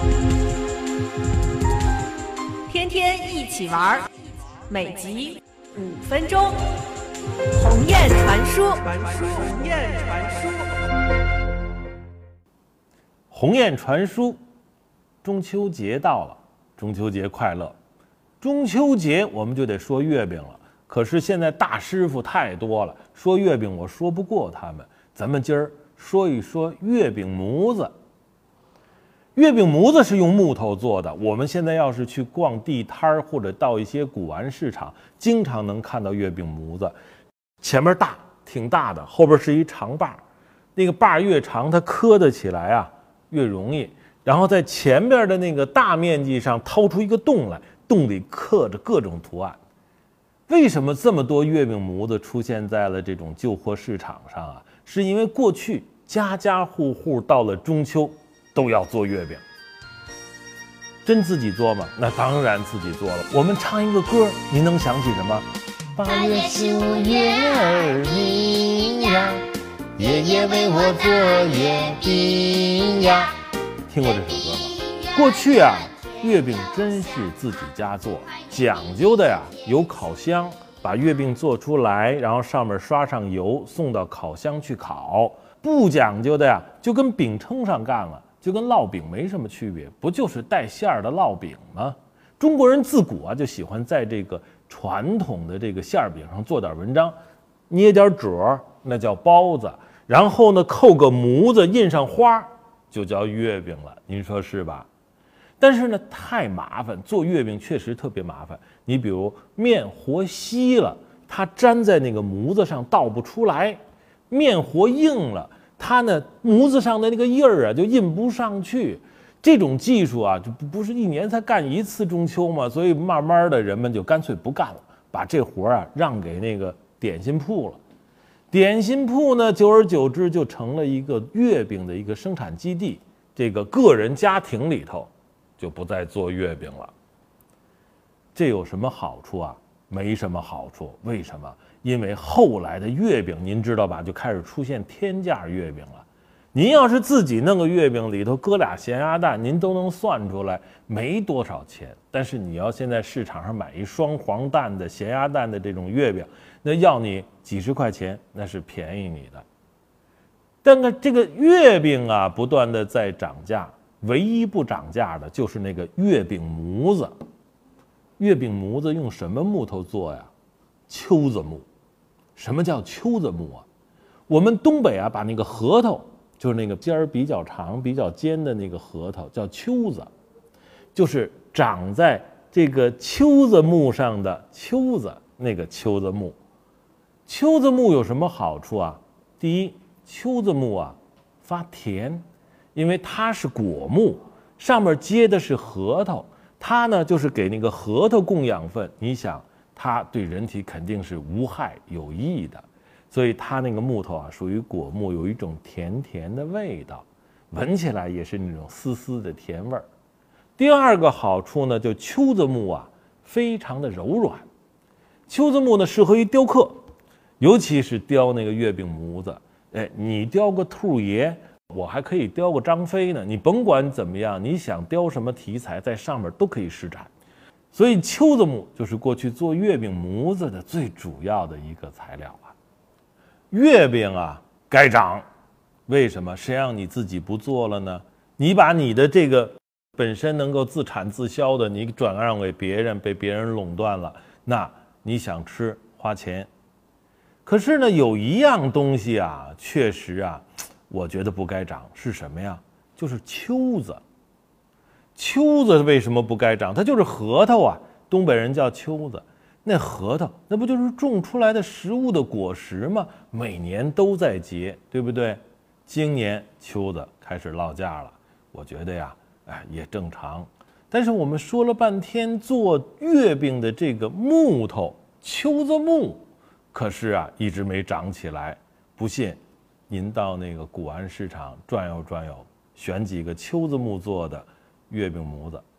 天天一起玩，每集5分钟。鸿雁传书，鸿雁传书， 鸿雁传书。中秋节到了，中秋节快乐。中秋节我们就得说月饼了，可是现在大师傅太多了，说月饼我说不过他们。咱们今儿说一说月饼模子。月饼模子是用木头做的，我们现在要是去逛地摊或者到一些古玩市场，经常能看到月饼模子。前面大，挺大的，后边是一长把，那个把越长，它磕得起来啊越容易。然后在前边的那个大面积上掏出一个洞来，洞里刻着各种图案。为什么这么多月饼模子出现在了这种旧货市场上啊？是因为过去家家户户到了中秋都要做月饼。真自己做吗？那当然自己做了。我们唱一个歌，您能想起什么？8月15月儿明呀，爷爷为我做月饼呀。听过这首歌吗？过去啊，月饼真是自己家做，讲究的呀有烤箱，把月饼做出来，然后上面刷上油，送到烤箱去烤。不讲究的呀，就跟饼铛上干了，就跟烙饼没什么区别，不就是带馅儿的烙饼吗？中国人自古啊就喜欢在这个传统的这个馅饼上做点文章，捏点褶，那叫包子，然后呢扣个模子，印上花，就叫月饼了。您说是吧？但是呢太麻烦，做月饼确实特别麻烦。你比如面和稀了，它粘在那个模子上倒不出来；面和硬了，它呢模子上的那个印儿啊就印不上去。这种技术啊，就不是一年才干一次中秋嘛，所以慢慢的人们就干脆不干了，把这活啊让给那个点心铺了。点心铺呢，久而久之就成了一个月饼的一个生产基地，这个个人家庭里头就不再做月饼了。这有什么好处啊？没什么好处。为什么？因为后来的月饼您知道吧，就开始出现天价月饼了。您要是自己弄个月饼，里头搁俩咸鸭蛋，您都能算出来没多少钱。但是你要现在市场上买一双黄蛋的咸鸭蛋的这种月饼，那要你几十块钱，那是便宜你的。但是这个月饼啊，不断的在涨价，唯一不涨价的就是那个月饼模子。月饼模子用什么木头做呀？秋子木。什么叫秋子木啊？我们东北啊，把那个核桃，就是那个尖儿比较长、比较尖的那个核桃，叫秋子，就是长在这个秋子木上的秋子，那个秋子木。秋子木有什么好处啊？第一，秋子木啊发甜，因为它是果木，上面结的是核桃，它呢就是给那个核桃供养分。你想，它对人体肯定是无害有益的。所以它那个木头啊，属于果木，有一种甜甜的味道，闻起来也是那种丝丝的甜味儿。第二个好处呢，就秋子木啊，非常的柔软。秋子木呢，适合于雕刻，尤其是雕那个月饼模子。哎，你雕个兔爷，我还可以雕个张飞呢。你甭管怎么样，你想雕什么题材，在上面都可以施展。所以秋子木就是过去做月饼模子的最主要的一个材料啊。月饼啊该涨，为什么？谁让你自己不做了呢？你把你的这个本身能够自产自销的，你转让给别人，被别人垄断了，那你想吃花钱。可是呢，有一样东西啊，确实啊，我觉得不该涨，是什么呀？就是秋子。秋子为什么不该涨？它就是核桃啊，东北人叫秋子。那核桃，那不就是种出来的食物的果实吗？每年都在结，对不对？今年秋子开始落价了，我觉得呀，也正常。但是我们说了半天做月饼的这个木头秋子木，可是啊一直没长起来。不信，您到那个古玩市场转悠转悠，选几个秋子木做的月饼模子，